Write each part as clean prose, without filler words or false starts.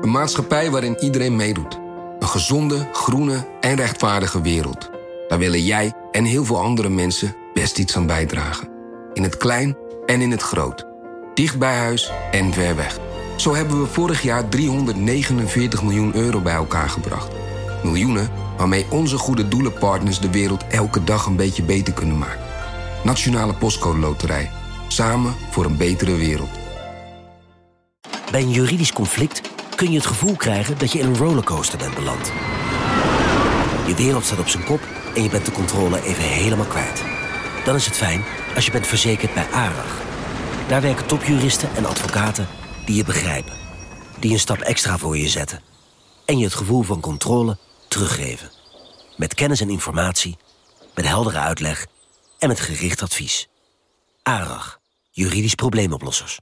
Een maatschappij waarin iedereen meedoet. Een gezonde, groene en rechtvaardige wereld. Daar willen jij en heel veel andere mensen best iets aan bijdragen. In het klein en in het groot. Dicht bij huis en ver weg. Zo hebben we vorig jaar 349 miljoen euro bij elkaar gebracht. Miljoenen waarmee onze goede doelenpartners de wereld elke dag een beetje beter kunnen maken. Nationale Postcode Loterij. Samen voor een betere wereld. Bij een juridisch conflict kun je het gevoel krijgen dat je in een rollercoaster bent beland. Je wereld staat op zijn kop en je bent de controle even helemaal kwijt. Dan is het fijn als je bent verzekerd bij ARAG. Daar werken topjuristen en advocaten die je begrijpen. Die een stap extra voor je zetten. En je het gevoel van controle teruggeven. Met kennis en informatie, met heldere uitleg en met gericht advies. ARAG, juridisch probleemoplossers.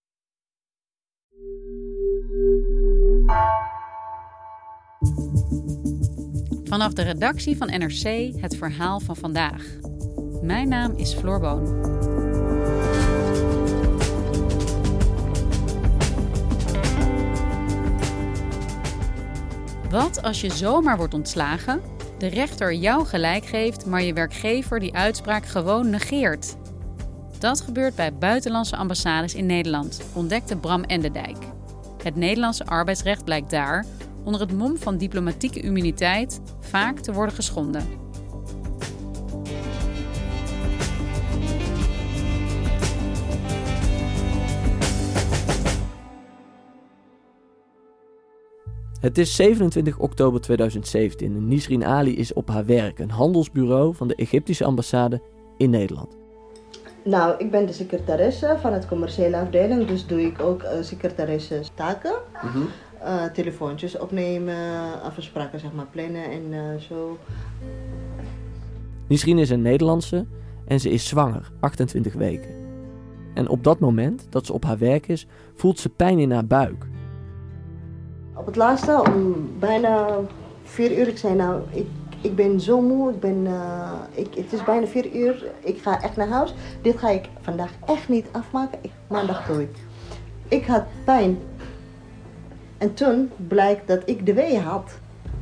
Vanaf de redactie van NRC het verhaal van vandaag. Mijn naam is Floor Boon. Wat als je zomaar wordt ontslagen, de rechter jou gelijk geeft, maar je werkgever die uitspraak gewoon negeert? Dat gebeurt bij buitenlandse ambassades in Nederland, ontdekte Bram Enderdijk. Het Nederlandse arbeidsrecht blijkt daar, onder het mom van diplomatieke immuniteit, vaak te worden geschonden. Het is 27 oktober 2017 en Nisreen Ali is op haar werk, een handelsbureau van de Egyptische ambassade in Nederland. Nou, ik ben de secretaresse van het commerciële afdeling, dus doe ik ook secretaresse taken. Telefoontjes opnemen, afspraken zeg maar plannen en zo. Nisreen is een Nederlandse en ze is zwanger, 28 weken. En op dat moment dat ze op haar werk is, voelt ze pijn in haar buik. Op het laatste, om bijna 4 uur, ik zei nou, ik ben zo moe, het is bijna 4 uur, ik ga echt naar huis. Dit ga ik vandaag echt niet afmaken, maandag doe ik. Ik had pijn. En toen blijkt dat ik de weeën had.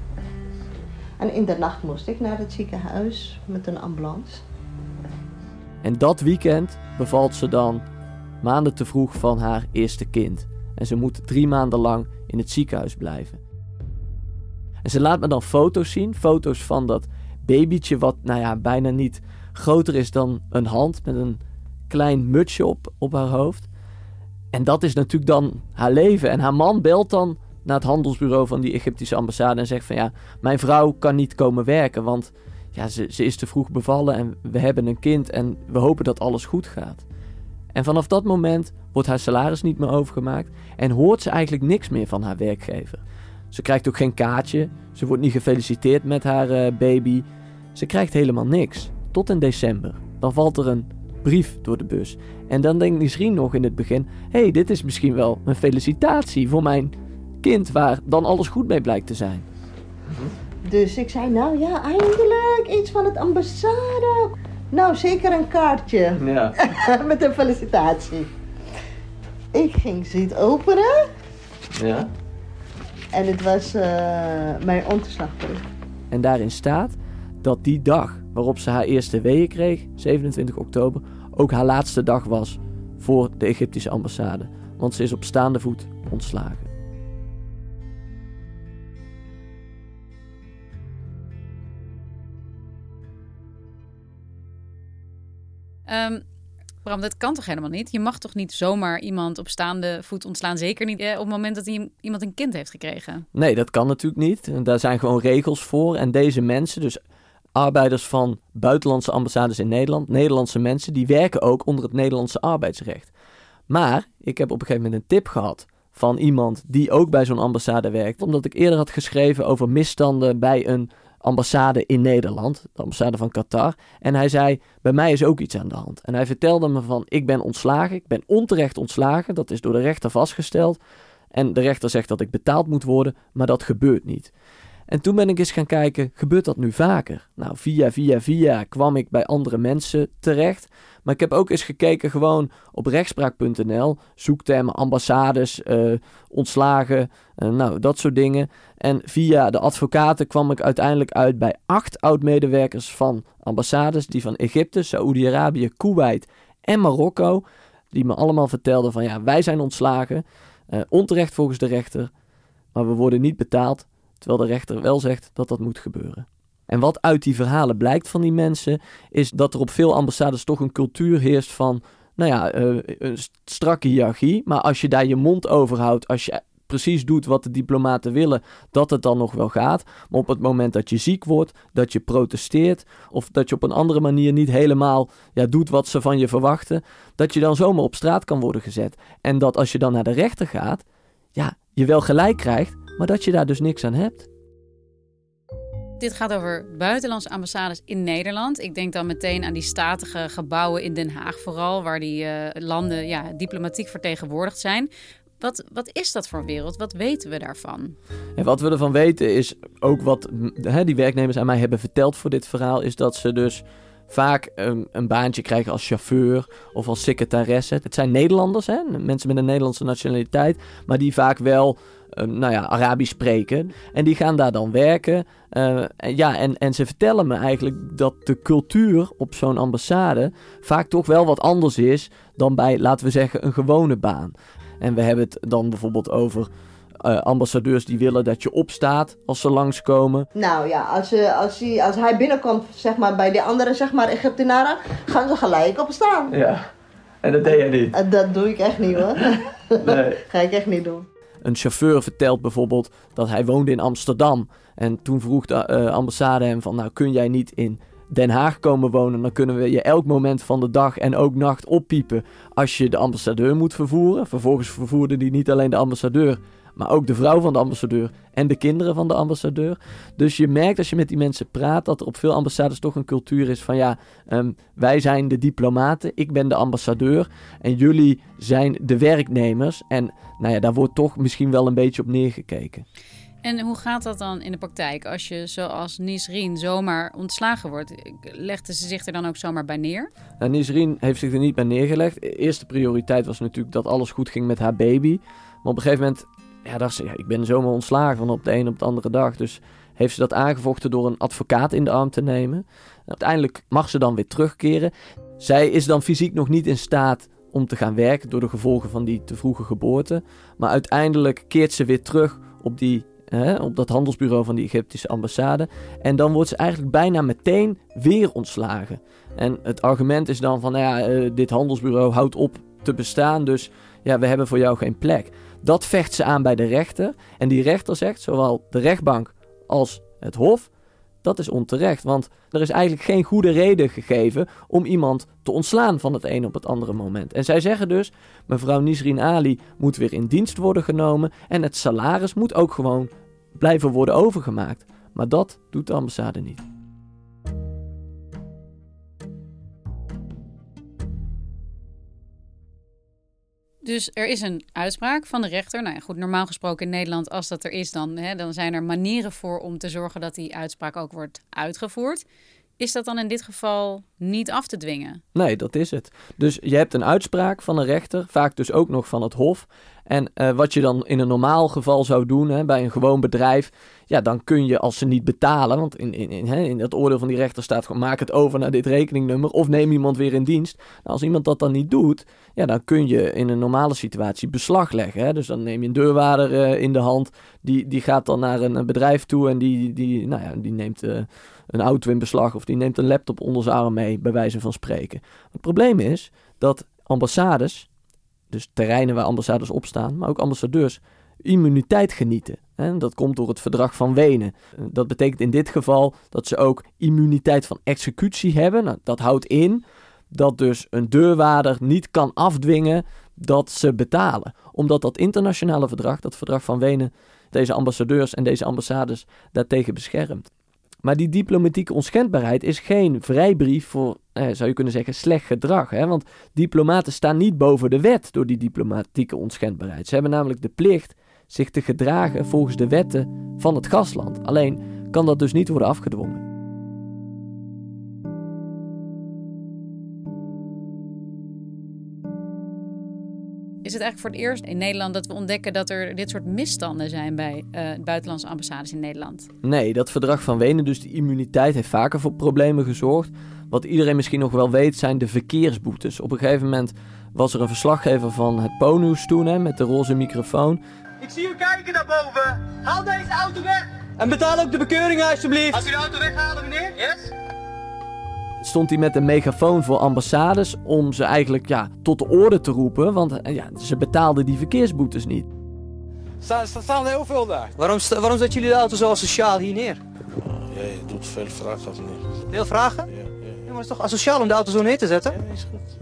En in de nacht moest ik naar het ziekenhuis met een ambulance. En dat weekend bevalt ze dan maanden te vroeg van haar eerste kind. En ze moet 3 maanden lang in het ziekenhuis blijven. En ze laat me dan foto's zien. Foto's van dat babytje wat bijna niet groter is dan een hand. Met een klein mutsje op haar hoofd. En dat is natuurlijk dan haar leven. En haar man belt dan naar het handelsbureau van die Egyptische ambassade. En zegt van ja, mijn vrouw kan niet komen werken. Want ja, ze is te vroeg bevallen en we hebben een kind. En we hopen dat alles goed gaat. En vanaf dat moment wordt haar salaris niet meer overgemaakt en hoort ze eigenlijk niks meer van haar werkgever. Ze krijgt ook geen kaartje, ze wordt niet gefeliciteerd met haar baby. Ze krijgt helemaal niks, tot in december. Dan valt er een brief door de bus. En dan denkt Nisreen nog in het begin, hey, dit is misschien wel een felicitatie voor mijn kind waar dan alles goed mee blijkt te zijn. Dus ik zei, nou ja, eindelijk iets van het ambassade. Nou, zeker een kaartje. Ja. Met een felicitatie. Ik ging ze openen. Ja. En het was mijn ontslagbrief. En daarin staat dat die dag waarop ze haar eerste weeën kreeg, 27 oktober, ook haar laatste dag was voor de Egyptische ambassade. Want ze is op staande voet ontslagen. Bram, dat kan toch helemaal niet? Je mag toch niet zomaar iemand op staande voet ontslaan? Zeker niet op het moment dat iemand een kind heeft gekregen? Nee, dat kan natuurlijk niet. Daar zijn gewoon regels voor. En deze mensen, dus arbeiders van buitenlandse ambassades in Nederland, Nederlandse mensen, die werken ook onder het Nederlandse arbeidsrecht. Maar ik heb op een gegeven moment een tip gehad van iemand die ook bij zo'n ambassade werkt. Omdat ik eerder had geschreven over misstanden bij een ambassade in Nederland, de ambassade van Qatar. En hij zei, bij mij is ook iets aan de hand. En hij vertelde me van, ik ben ontslagen, ik ben onterecht ontslagen. Dat is door de rechter vastgesteld. En de rechter zegt dat ik betaald moet worden, maar dat gebeurt niet. En toen ben ik eens gaan kijken, gebeurt dat nu vaker? Nou, via kwam ik bij andere mensen terecht. Maar ik heb ook eens gekeken gewoon op rechtspraak.nl. Zoektermen, ambassades, ontslagen, dat soort dingen. En via de advocaten kwam ik uiteindelijk uit bij 8 oud-medewerkers van ambassades. Die van Egypte, Saoedi-Arabië, Kuwait en Marokko. Die me allemaal vertelden van ja, wij zijn ontslagen. Onterecht volgens de rechter. Maar we worden niet betaald. Terwijl de rechter wel zegt dat dat moet gebeuren. En wat uit die verhalen blijkt van die mensen, is dat er op veel ambassades toch een cultuur heerst van, een strakke hiërarchie. Maar als je daar je mond over houdt, als je precies doet wat de diplomaten willen, dat het dan nog wel gaat. Maar op het moment dat je ziek wordt, dat je protesteert, of dat je op een andere manier niet helemaal doet wat ze van je verwachten, dat je dan zomaar op straat kan worden gezet. En dat als je dan naar de rechter gaat, je wel gelijk krijgt, maar dat je daar dus niks aan hebt. Dit gaat over buitenlandse ambassades in Nederland. Ik denk dan meteen aan die statige gebouwen in Den Haag vooral, waar die landen diplomatiek vertegenwoordigd zijn. Wat is dat voor een wereld? Wat weten we daarvan? En wat we ervan weten is ook wat die werknemers aan mij hebben verteld voor dit verhaal, is dat ze dus vaak een baantje krijgen als chauffeur of als secretaresse. Het zijn Nederlanders, mensen met een Nederlandse nationaliteit, maar die vaak wel Arabisch spreken. En die gaan daar dan werken. En ze vertellen me eigenlijk dat de cultuur op zo'n ambassade vaak toch wel wat anders is dan bij, laten we zeggen, een gewone baan. En we hebben het dan bijvoorbeeld over ambassadeurs die willen dat je opstaat als ze langskomen. Nou ja, als hij binnenkomt, zeg maar, bij de andere, zeg maar, Egyptenaren, gaan ze gelijk opstaan. Ja, en dat deed jij niet? Dat doe ik echt niet, hoor. Nee. Ga ik echt niet doen. Een chauffeur vertelt bijvoorbeeld dat hij woonde in Amsterdam. En toen vroeg de ambassade hem van, kun jij niet in Den Haag komen wonen? Dan kunnen we je elk moment van de dag en ook nacht oppiepen als je de ambassadeur moet vervoeren. Vervolgens vervoerde die niet alleen de ambassadeur, maar ook de vrouw van de ambassadeur en de kinderen van de ambassadeur. Dus je merkt als je met die mensen praat dat er op veel ambassades toch een cultuur is van wij zijn de diplomaten, ik ben de ambassadeur en jullie zijn de werknemers. En daar wordt toch misschien wel een beetje op neergekeken. En hoe gaat dat dan in de praktijk? Als je zoals Nisreen zomaar ontslagen wordt, legden ze zich er dan ook zomaar bij neer? Nisreen heeft zich er niet bij neergelegd. De eerste prioriteit was natuurlijk dat alles goed ging met haar baby. Maar op een gegeven moment dacht ze, ik ben zomaar ontslagen van op de een op de andere dag. Dus heeft ze dat aangevochten door een advocaat in de arm te nemen. Uiteindelijk mag ze dan weer terugkeren. Zij is dan fysiek nog niet in staat om te gaan werken door de gevolgen van die te vroege geboorte. Maar uiteindelijk keert ze weer terug op dat handelsbureau van die Egyptische ambassade. En dan wordt ze eigenlijk bijna meteen weer ontslagen. En het argument is dan van, dit handelsbureau houdt op te bestaan, dus we hebben voor jou geen plek. Dat vecht ze aan bij de rechter. En die rechter zegt, zowel de rechtbank als het hof, dat is onterecht. Want er is eigenlijk geen goede reden gegeven om iemand te ontslaan van het een op het andere moment. En zij zeggen dus, mevrouw Nisreen Ali moet weer in dienst worden genomen en het salaris moet ook gewoon blijven worden overgemaakt. Maar dat doet de ambassade niet. Dus er is een uitspraak van de rechter. Normaal gesproken in Nederland, als dat er is, dan zijn er manieren voor om te zorgen dat die uitspraak ook wordt uitgevoerd. Is dat dan in dit geval niet af te dwingen? Nee, dat is het. Dus je hebt een uitspraak van een rechter, vaak dus ook nog van het hof. En wat je dan in een normaal geval zou doen, bij een gewoon bedrijf, dan kun je als ze niet betalen, want in dat oordeel van die rechter staat gewoon, maak het over naar dit rekeningnummer of neem iemand weer in dienst. Nou, als iemand dat dan niet doet, dan kun je in een normale situatie beslag leggen. Dus dan neem je een deurwaarder in de hand, die gaat dan naar een bedrijf toe en die neemt een auto in beslag of die neemt een laptop onder zijn arm mee, bij wijze van spreken. Het probleem is dat ambassades, dus terreinen waar ambassades op staan, maar ook ambassadeurs, immuniteit genieten. En dat komt door het verdrag van Wenen. Dat betekent in dit geval dat ze ook immuniteit van executie hebben. Nou, dat houdt in dat dus een deurwaarder niet kan afdwingen dat ze betalen. Omdat dat internationale verdrag, dat verdrag van Wenen, deze ambassadeurs en deze ambassades daartegen beschermt. Maar die diplomatieke onschendbaarheid is geen vrijbrief voor, zou je kunnen zeggen, slecht gedrag. Want diplomaten staan niet boven de wet door die diplomatieke onschendbaarheid. Ze hebben namelijk de plicht zich te gedragen volgens de wetten van het gastland. Alleen kan dat dus niet worden afgedwongen. Is het eigenlijk voor het eerst in Nederland dat we ontdekken dat er dit soort misstanden zijn bij buitenlandse ambassades in Nederland? Nee, dat verdrag van Wenen, dus de immuniteit, heeft vaker voor problemen gezorgd. Wat iedereen misschien nog wel weet, zijn de verkeersboetes. Op een gegeven moment was er een verslaggever van het Po-nieuws toen, met de roze microfoon. Ik zie u kijken naar boven. Haal deze auto weg. En betaal ook de bekeuring alsjeblieft. Als u de auto weghalen, meneer. Yes? Stond hij met een megafoon voor ambassades om ze eigenlijk tot de orde te roepen. Want ze betaalden die verkeersboetes niet. Staan er heel veel daar. Waarom zetten jullie de auto zo asociaal hier neer? Ja, je doet veel vragen of niet? Veel vragen? Ja. Ja, maar het is toch asociaal om de auto zo neer te zetten? Ja, is goed.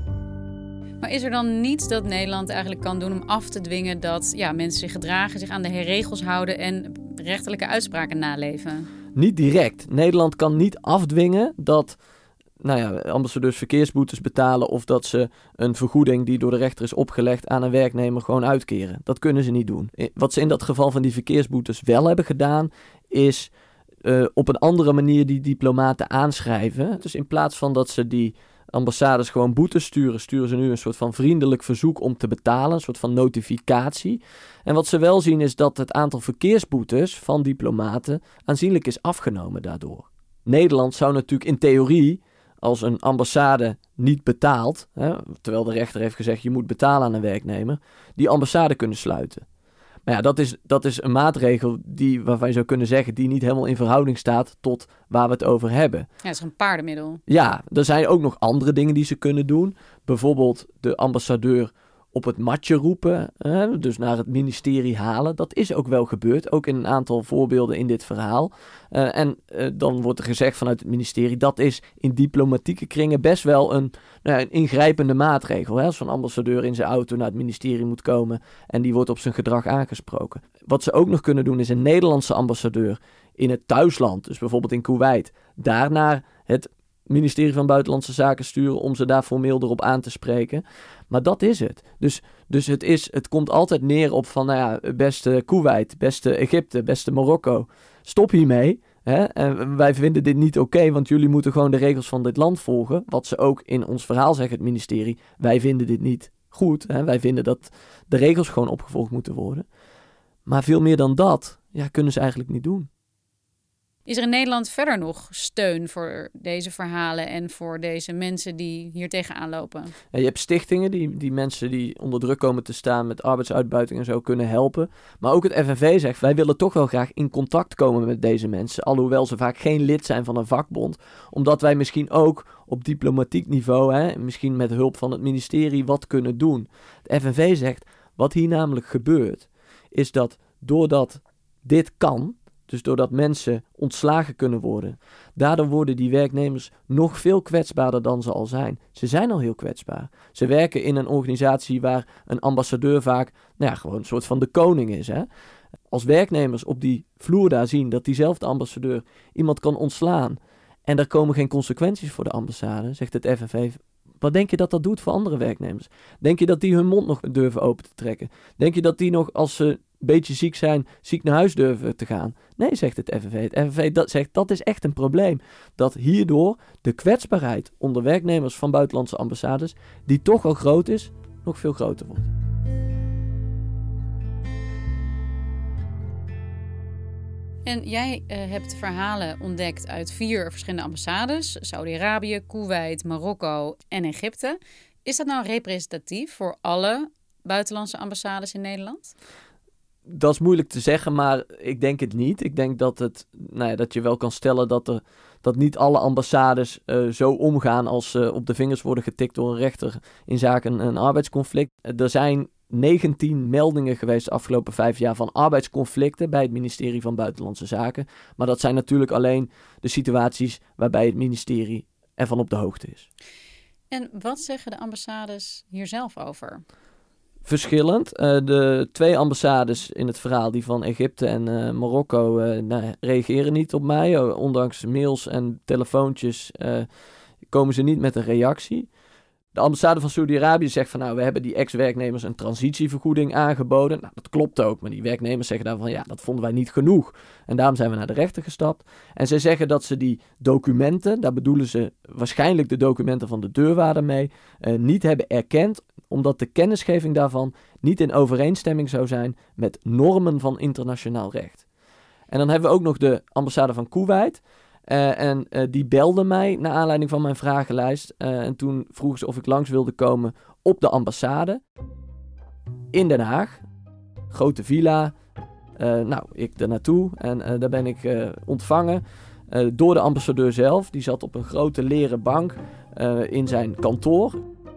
Maar is er dan niets dat Nederland eigenlijk kan doen om af te dwingen dat mensen zich gedragen, zich aan de regels houden en rechterlijke uitspraken naleven? Niet direct. Nederland kan niet afdwingen dat ambassadeurs verkeersboetes betalen of dat ze een vergoeding die door de rechter is opgelegd aan een werknemer gewoon uitkeren. Dat kunnen ze niet doen. Wat ze in dat geval van die verkeersboetes wel hebben gedaan, is op een andere manier die diplomaten aanschrijven. Dus in plaats van dat ze die ambassades gewoon boetes sturen ze nu een soort van vriendelijk verzoek om te betalen, een soort van notificatie. En wat ze wel zien is dat het aantal verkeersboetes van diplomaten aanzienlijk is afgenomen daardoor. Nederland zou natuurlijk in theorie, als een ambassade niet betaalt, terwijl de rechter heeft gezegd je moet betalen aan een werknemer, die ambassade kunnen sluiten. Maar dat is een maatregel waarvan je zou kunnen zeggen die niet helemaal in verhouding staat tot waar we het over hebben. Ja, het is een paardenmiddel. Ja, er zijn ook nog andere dingen die ze kunnen doen. Bijvoorbeeld de ambassadeur op het matje roepen, dus naar het ministerie halen. Dat is ook wel gebeurd, ook in een aantal voorbeelden in dit verhaal. Dan wordt er gezegd vanuit het ministerie, dat is in diplomatieke kringen best wel een ingrijpende maatregel. Als zo'n ambassadeur in zijn auto naar het ministerie moet komen en die wordt op zijn gedrag aangesproken. Wat ze ook nog kunnen doen is een Nederlandse ambassadeur in het thuisland, dus bijvoorbeeld in Kuwait, daarna het ministerie van Buitenlandse Zaken sturen om ze daar formeel erop aan te spreken. Maar dat is het. Dus het komt altijd neer op van, beste Kuwait, beste Egypte, beste Marokko, stop hiermee. En wij vinden dit niet oké, want jullie moeten gewoon de regels van dit land volgen. Wat ze ook in ons verhaal zeggen, het ministerie, wij vinden dit niet goed. Wij vinden dat de regels gewoon opgevolgd moeten worden. Maar veel meer dan dat, kunnen ze eigenlijk niet doen. Is er in Nederland verder nog steun voor deze verhalen en voor deze mensen die hier tegenaan lopen? Je hebt stichtingen die mensen die onder druk komen te staan met arbeidsuitbuiting en zo kunnen helpen. Maar ook het FNV zegt, wij willen toch wel graag in contact komen met deze mensen. Alhoewel ze vaak geen lid zijn van een vakbond. Omdat wij misschien ook op diplomatiek niveau, misschien met hulp van het ministerie, wat kunnen doen. Het FNV zegt, wat hier namelijk gebeurt, is dat doordat dit kan, dus doordat mensen ontslagen kunnen worden, daardoor worden die werknemers nog veel kwetsbaarder dan ze al zijn. Ze zijn al heel kwetsbaar. Ze werken in een organisatie waar een ambassadeur vaak gewoon een soort van de koning is. Als werknemers op die vloer daar zien dat diezelfde ambassadeur iemand kan ontslaan en er komen geen consequenties voor de ambassade, zegt het FNV, wat denk je dat dat doet voor andere werknemers? Denk je dat die hun mond nog durven open te trekken? Denk je dat die nog, als ze een beetje ziek zijn, ziek naar huis durven te gaan? Nee, zegt het FNV. Het FNV zegt dat is echt een probleem. Dat hierdoor de kwetsbaarheid onder werknemers van buitenlandse ambassades, die toch al groot is, nog veel groter wordt. En jij hebt verhalen ontdekt uit 4 verschillende ambassades. Saudi-Arabië, Kuwait, Marokko en Egypte. Is dat nou representatief voor alle buitenlandse ambassades in Nederland? Dat is moeilijk te zeggen, maar ik denk het niet. Ik denk dat je wel kan stellen dat niet alle ambassades zo omgaan als op de vingers worden getikt door een rechter in zaken een arbeidsconflict. Er zijn 19 meldingen geweest de afgelopen 5 jaar van arbeidsconflicten bij het ministerie van Buitenlandse Zaken. Maar dat zijn natuurlijk alleen de situaties waarbij het ministerie ervan op de hoogte is. En wat zeggen de ambassades hier zelf over? Verschillend. De 2 ambassades in het verhaal, die van Egypte en Marokko, reageren niet op mij. Ondanks mails en telefoontjes komen ze niet met een reactie. De ambassade van Saudi-Arabië zegt van we hebben die ex-werknemers een transitievergoeding aangeboden. Nou, dat klopt ook, maar die werknemers zeggen daarvan dat vonden wij niet genoeg. En daarom zijn we naar de rechter gestapt. En zij zeggen dat ze die documenten, daar bedoelen ze waarschijnlijk de documenten van de deurwaarder mee, niet hebben erkend, omdat de kennisgeving daarvan niet in overeenstemming zou zijn met normen van internationaal recht. En dan hebben we ook nog de ambassade van Koeweit. Die belde mij naar aanleiding van mijn vragenlijst. En toen vroegen ze of ik langs wilde komen op de ambassade in Den Haag. Grote villa. Ik daar naartoe en daar ben ik ontvangen door de ambassadeur zelf. Die zat op een grote leren bank in zijn kantoor.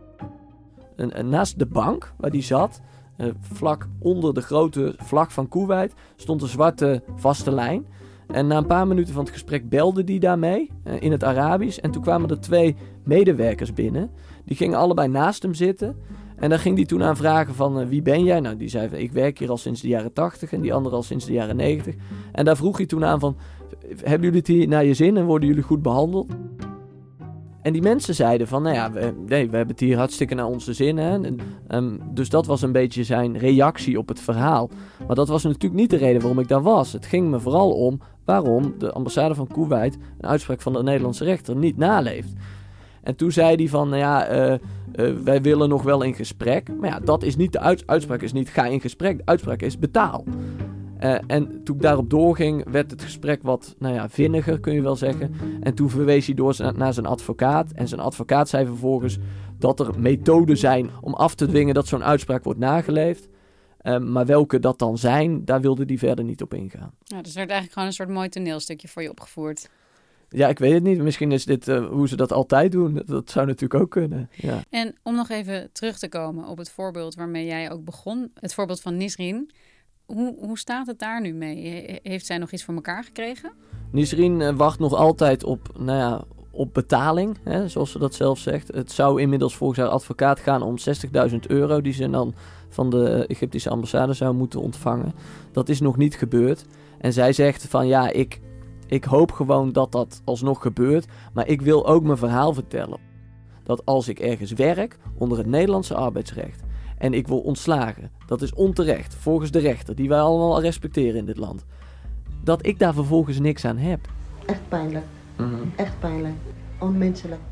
Naast de bank waar die zat, vlak onder de grote vlag van Koeweit, stond een zwarte vaste lijn. En na een paar minuten van het gesprek belde die daarmee in het Arabisch. En toen kwamen er 2 medewerkers binnen. Die gingen allebei naast hem zitten. En daar ging hij toen aan vragen van wie ben jij? Nou, die zei van ik werk hier al sinds de jaren 80 en die andere al sinds de jaren 90. En daar vroeg hij toen aan van hebben jullie het hier naar je zin en worden jullie goed behandeld? En die mensen zeiden van we hebben het hier hartstikke naar onze zin. Hè? Dus dat was een beetje zijn reactie op het verhaal. Maar dat was natuurlijk niet de reden waarom ik daar was. Het ging me vooral om waarom de ambassade van Koeweit een uitspraak van de Nederlandse rechter niet naleeft. En toen zei hij van wij willen nog wel in gesprek. Maar dat is niet de uitspraak is niet ga in gesprek. De uitspraak is betaal. En toen ik daarop doorging, werd het gesprek wat vinniger, kun je wel zeggen. En toen verwees hij door naar zijn advocaat. En zijn advocaat zei vervolgens dat er methoden zijn om af te dwingen dat zo'n uitspraak wordt nageleefd. Maar welke dat dan zijn, daar wilde hij verder niet op ingaan. Nou, dus er werd eigenlijk gewoon een soort mooi toneelstukje voor je opgevoerd. Ja, ik weet het niet. Misschien is dit hoe ze dat altijd doen. Dat zou natuurlijk ook kunnen. Ja. En om nog even terug te komen op het voorbeeld waarmee jij ook begon. Het voorbeeld van Nisrin. Hoe staat het daar nu mee? Heeft zij nog iets voor elkaar gekregen? Nisrin wacht nog altijd op betaling, hè, zoals ze dat zelf zegt. Het zou inmiddels volgens haar advocaat gaan om €60.000... die ze dan van de Egyptische ambassade zou moeten ontvangen. Dat is nog niet gebeurd. En zij zegt van ik hoop gewoon dat dat alsnog gebeurt. Maar ik wil ook mijn verhaal vertellen. Dat als ik ergens werk onder het Nederlandse arbeidsrecht en ik word ontslagen, dat is onterecht, volgens de rechter, die wij allemaal respecteren in dit land, dat ik daar vervolgens niks aan heb. Echt pijnlijk. Echt pijnlijk. Onmenselijk.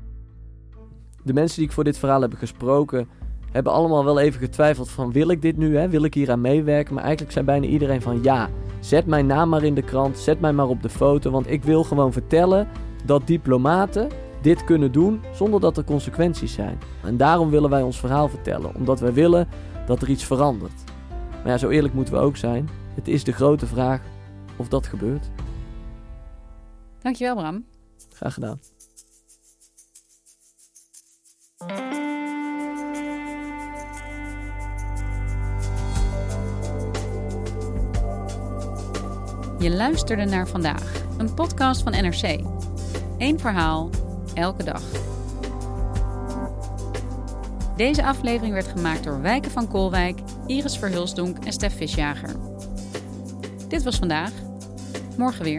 De mensen die ik voor dit verhaal heb gesproken, hebben allemaal wel even getwijfeld van wil ik dit nu, wil ik hier aan meewerken? Maar eigenlijk zei bijna iedereen van ja, zet mijn naam maar in de krant, zet mij maar op de foto, want ik wil gewoon vertellen dat diplomaten dit kunnen doen zonder dat er consequenties zijn. En daarom willen wij ons verhaal vertellen, omdat wij willen dat er iets verandert. Maar ja, zo eerlijk moeten we ook zijn. Het is de grote vraag of dat gebeurt. Dankjewel, Bram. Graag gedaan. Je luisterde naar Vandaag, een podcast van NRC. 1 verhaal, elke dag. Deze aflevering werd gemaakt door Wijken van Koolwijk, Iris Verhulsdonk en Stef Visjager. Dit was Vandaag. Morgen weer.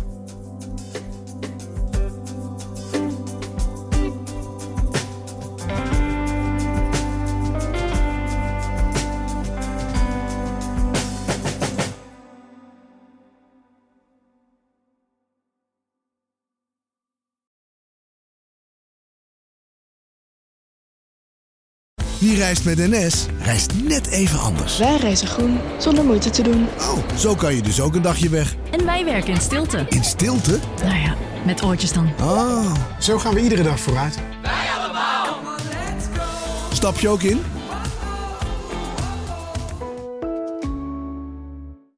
Wie reist met NS, reist net even anders. Wij reizen groen, zonder moeite te doen. Oh, zo kan je dus ook een dagje weg. En wij werken in stilte. In stilte? Nou ja, met oortjes dan. Oh, zo gaan we iedere dag vooruit. Wij allemaal. Stap je ook in?